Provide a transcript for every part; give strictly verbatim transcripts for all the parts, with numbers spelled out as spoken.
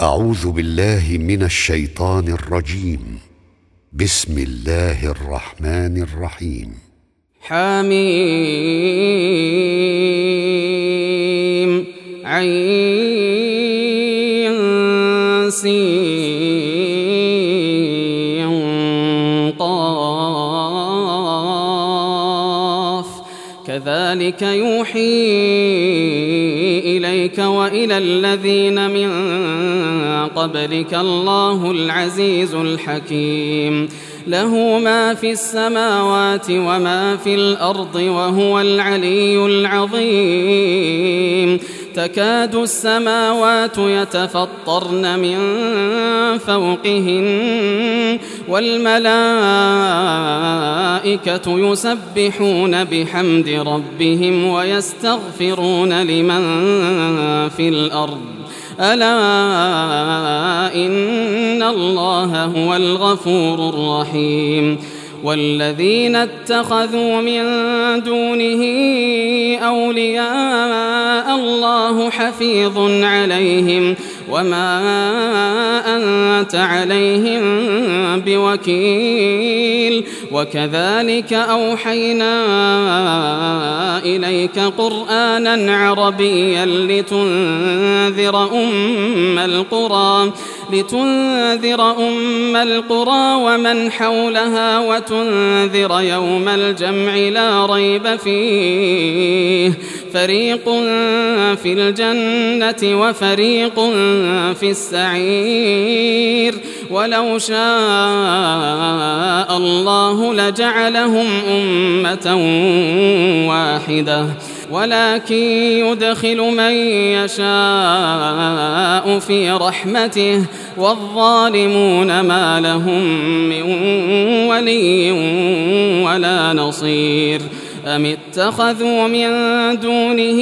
أعوذ بالله من الشيطان الرجيم. بسم الله الرحمن الرحيم. حميم عين سين قاف كذلك يوحي إليك وإلى الذين من قبلك الله العزيز الحكيم. له ما في السماوات وما في الأرض وهو العلي العظيم. تكاد السماوات يتفطرن من فوقهن والملائكة يسبحون بحمد ربهم ويستغفرون لمن في الأرض ألا إن الله هو الغفور الرحيم. والذين اتخذوا من دونه أولياء الله حفيظ عليهم وما أنت عليهم بوكيل. وكذلك أوحينا إليك قرآنا عربيا لتنذر أم القرى لتنذر أم القرى ومن حولها وتنذر يوم الجمع لا ريب فيه فريق في الجنة وفريق في السعير. ولو شاء الله لجعلهم أمة واحدة ولكن يدخل من يشاء في رحمته والظالمون ما لهم من ولي ولا نصير. أم اتخذوا من دونه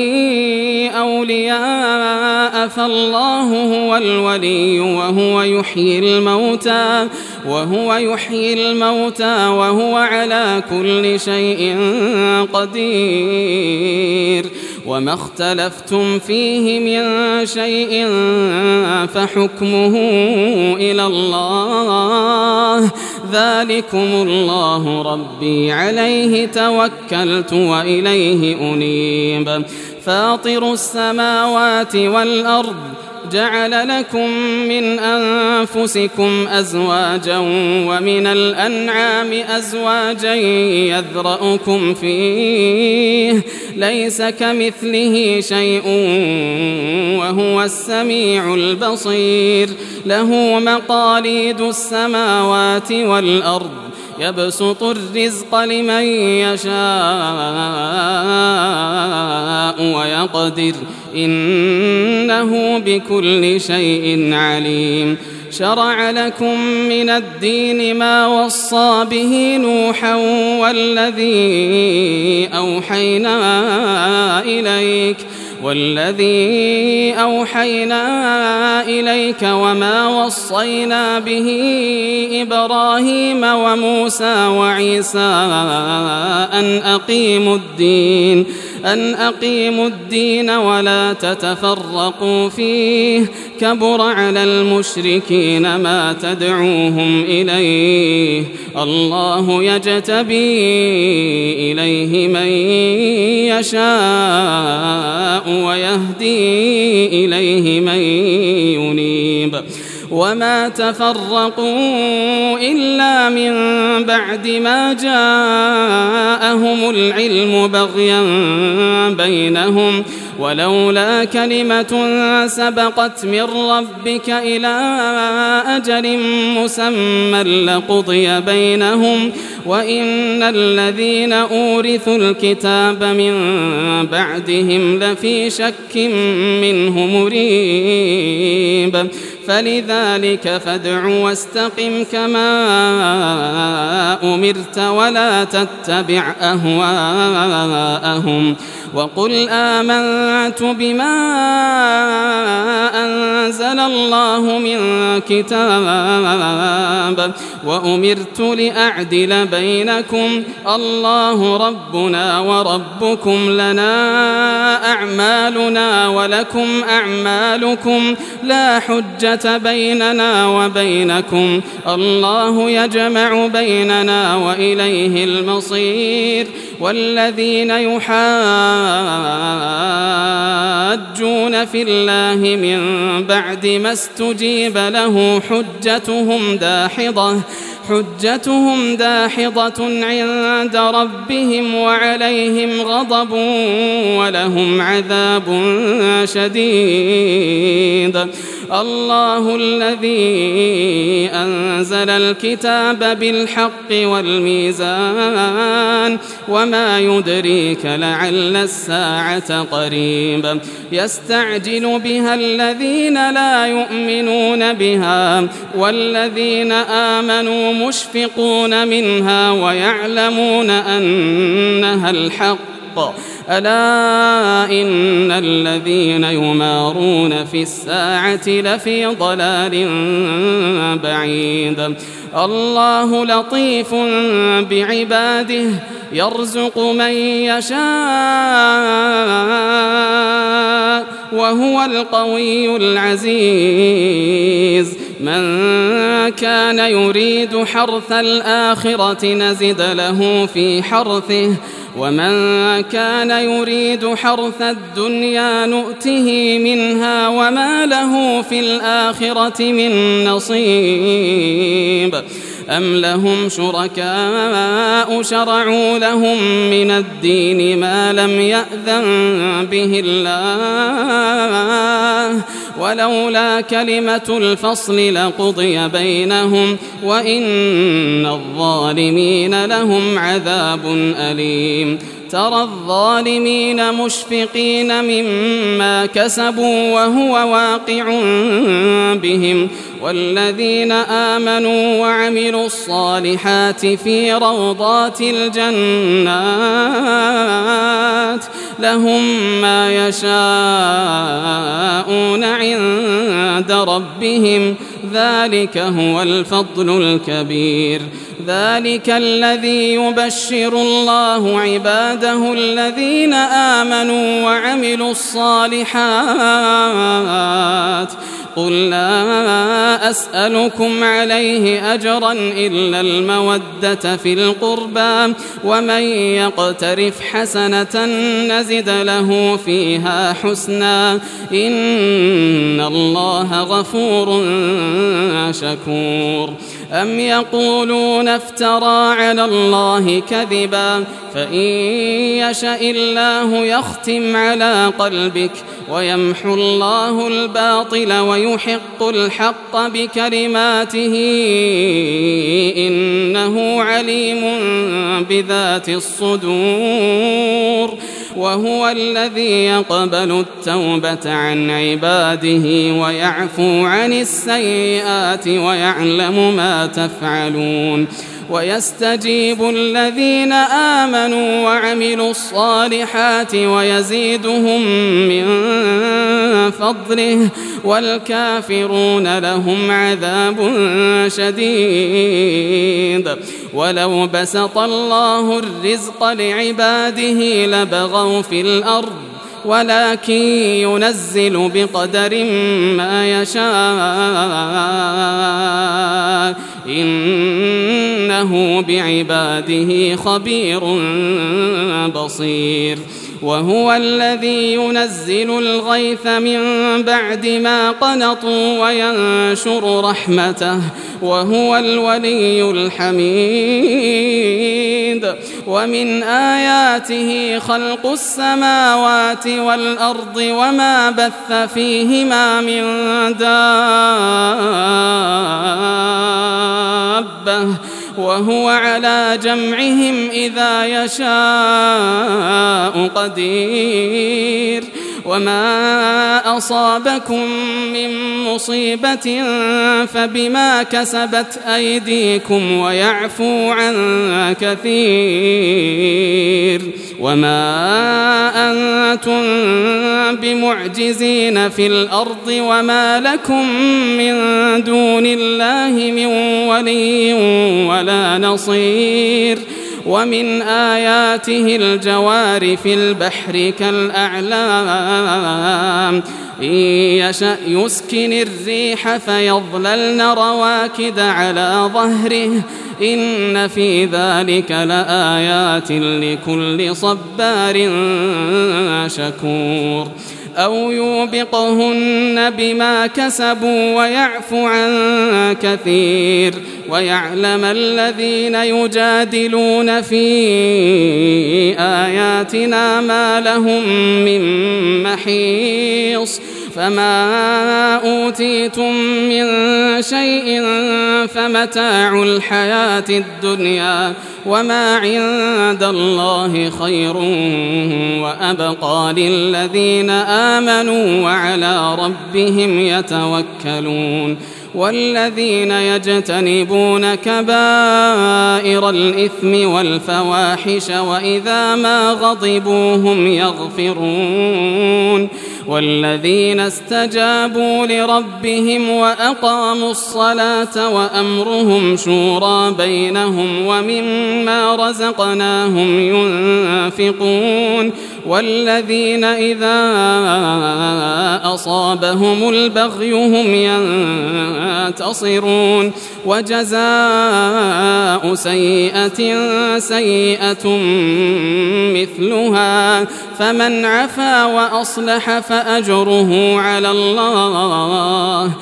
أولياء فالله هو الولي وهو يحيي الموتى وهو يحيي الموتى وهو على كل شيء قدير. وما اختلفتم فيه من شيء فحكمه إلى الله ذلكم الله ربي عليه توكلت وإليه أنيب. فاطر السماوات والأرض جعل لكم من أنفسكم أزواجا ومن الأنعام أزواجا يذرأكم فيه ليس كمثله شيء وهو السميع البصير. له مقاليد السماوات والأرض يبسط الرزق لمن يشاء ويقدر إنه بكل شيء عليم. شرع لكم من الدين ما وصى به نوحا والذي أوحينا إليك والذي أوحينا إليك وما وصينا به إبراهيم وموسى وعيسى أن أقيموا الدين أن أقيموا الدين ولا تتفرقوا فيه كبر على المشركين ما تدعوهم إليه. الله يجتبي إليه من يشاء ويهدي إليه من ينيب. وما تفرقوا إلا من بعد ما جاءهم العلم بغيا بينهم ولولا كلمة سبقت من ربك إلى أجل مسمى لقضي بينهم وإن الذين أورثوا الكتاب من بعدهم لفي شك منه مريب. فلذلك فادع واستقم كما أمرت ولا تتبع أهواءهم وقل آمنت آمنت بما أنزل الله من كتاب وأمرت لأعدل بينكم الله ربنا وربكم لنا أعمالنا ولكم أعمالكم لا حجة بيننا وبينكم الله يجمع بيننا وإليه المصير والذين يحاجون في الله من بعد ما استجيب له حجتهم داحضة حجتهم داحضة عند ربهم وعليهم غضب ولهم عذاب شديد الله الذي أنزل الكتاب بالحق والميزان وما يدريك لعل الساعة قريب يستعجل بها الذين لا يؤمنون بها والذين آمنوا مشفقون منها ويعلمون أنها الحق ألا إن الذين يمارون في الساعة لفي ضلال بعيد الله لطيف بعباده يرزق من يشاء وهو القوي العزيز من كان يريد حرث الآخرة نزد له في حرثه ومن كان يريد حرث الدنيا نؤته منها وما له في الآخرة من نصيب أم لهم شركاء شرعوا لهم من الدين ما لم يأذن به الله ولولا كلمة الفصل لقضي بينهم وإن الظالمين لهم عذاب أليم ترى الظالمين مشفقين مما كسبوا وهو واقع بهم والذين آمنوا وعملوا الصالحات في روضات الجنات لهم ما يشاءون عند ربهم ذلك هو الفضل الكبير ذلك الذي يبشر الله عباده الذين آمنوا وعملوا الصالحات قل لا أسألكم عليه أجرا إلا المودة في القربى ومن يقترف حسنة نزد له فيها حسنا إن الله غفور شكور أم يقولون افترى على الله كذبا فإن يشاء الله يختم على قلبك ويمحو الله الباطل ويحق الحق بكلماته إنه عليم بذات الصدور وهو الذي يقبل التوبة عن عباده ويعفو عن السيئات ويعلم ما تفعلون ويستجيب الذين آمنوا وعملوا الصالحات ويزيدهم من فضله والكافرون لهم عذاب شديد ولو بسط الله الرزق لعباده لبغوا في الأرض ولكن ينزل بقدر ما يشاء إنه بعباده خبير بصير وهو الذي ينزل الغيث من بعد ما قنطوا وينشر رحمته وهو الولي الحميد ومن آياته خلق السماوات والأرض وما بث فيهما من دابة وهو على جمعهم إذا يشاء قدير وما أصابكم من مصيبة فبما كسبت أيديكم ويعفو عن كثير وما أنتم بمعجزين في الأرض وما لكم من دون الله من ولي ولا نصير ومن آياته الجوار في البحر كالأعلام إن يشأ يسكن الريح فيظللن رواكد على ظهره إن في ذلك لآيات لكل صبار شكور أو يوبقهن بما كسبوا ويعفو عن كثير ويعلم الذين يجادلون في آياتنا ما لهم من محيص فما أوتيتم من شيء فمتاع الحياة الدنيا وما عند الله خير وأبقى للذين آمنوا وعلى ربهم يتوكلون والذين يجتنبون كبائر الإثم والفواحش وإذا ما غضبوا هم يغفرون والذين استجابوا لربهم وأقاموا الصلاة وأمرهم شورى بينهم ومما رزقناهم ينفقون والذين إذا أصابهم البغي هم ينتصرون وجزاء سيئة سيئة مثلها فمن عفا وأصلح فأجره على الله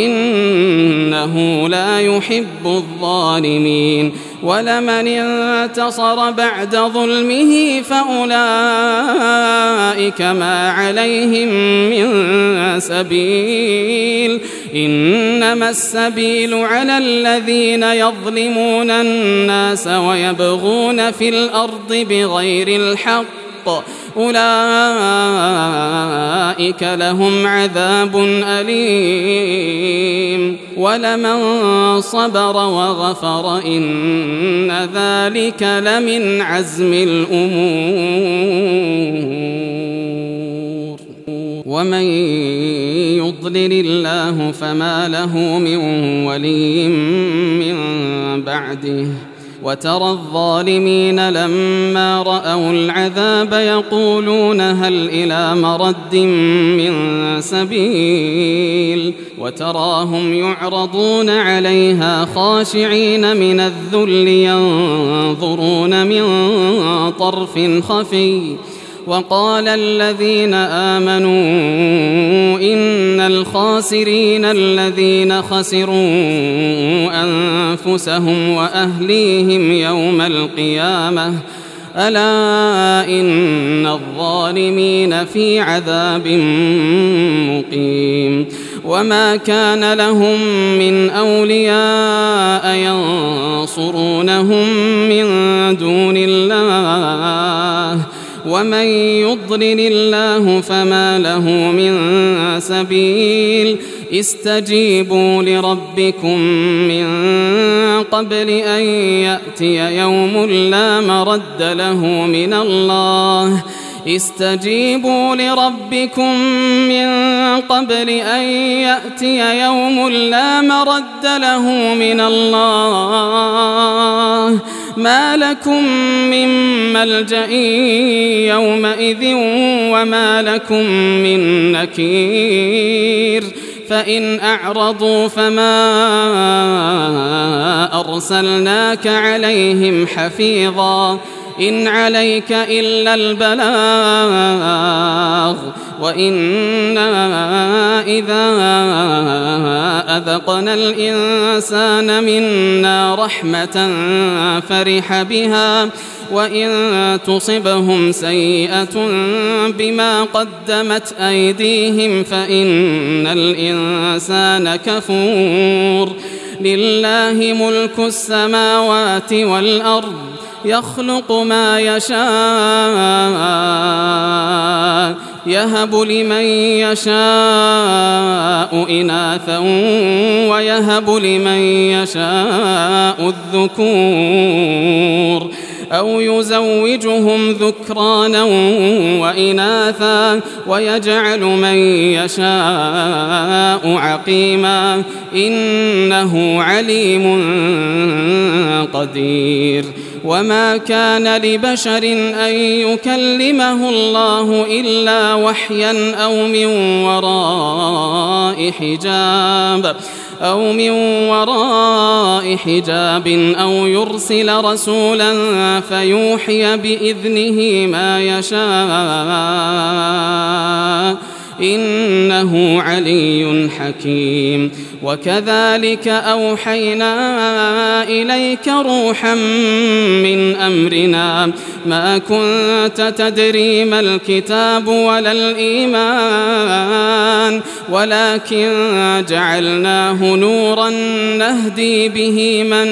إنه لا يحب الظالمين ولمن انتصر بعد ظلمه فأولئك ما عليهم من سبيل إنما السبيل على الذين يظلمون الناس ويبغون في الأرض بغير الحق أولئك لهم عذاب أليم ولمن صبر وغفر إن ذلك لمن عزم الأمور ومن يضلل الله فما له من ولي من بعده وترى الظالمين لما رأوا العذاب يقولون هل إلى مرد من سبيل وتراهم يعرضون عليها خاشعين من الذل ينظرون من طرف خفي وقال الذين آمنوا إن الخاسرين الذين خسروا أنفسهم وأهليهم يوم القيامة ألا إن الظالمين في عذاب مقيم وما كان لهم من أولياء ينصرونهم من دون الله ومن يضلل الله فما له من سبيل استجيبوا لربكم من قبل أن يأتي يوم لا مرد له من الله استجيبوا لربكم من قبل أن يأتي يوم لا مرد له من الله ما لكم من ملجأ يومئذ وما لكم من نكير فإن أعرضوا فما أرسلناك عليهم حفيظا إن عليك إلا البلاغ وإنا إذا أذقنا الإنسان منا رحمة فرح بها وإن تصبهم سيئة بما قدمت أيديهم فإن الإنسان كفور لله ملك السماوات والأرض يخلق ما يشاء يهب لمن يشاء إناثا ويهب لمن يشاء الذكور أو يزوجهم ذكرانا وإناثا ويجعل من يشاء عقيما إنه عليم قدير. وما كان لبشر أن يكلمه الله إلا وحيا أو من وراء حجاب أو من وراء حجاب أو يرسل رسولا فيوحي بإذنه ما يشاء إنه علي حكيم. وكذلك أوحينا إليك روحا من أمرنا ما كنت تدري ما الكتاب ولا الإيمان ولكن جعلناه نورا نهدي به من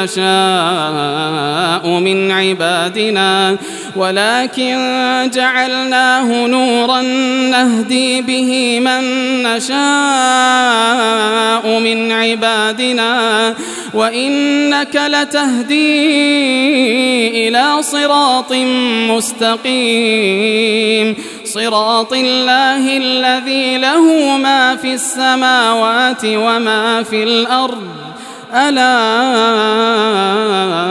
نشاء من عبادنا ولكن جعلناه نورا نهدي به من نشاء من عبادنا وإنك لتهدي إلى صراط مستقيم صراط الله الذي له ما في السماوات وما في الأرض ألا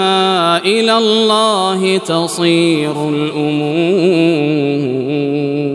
إلى الله تصير الأمور.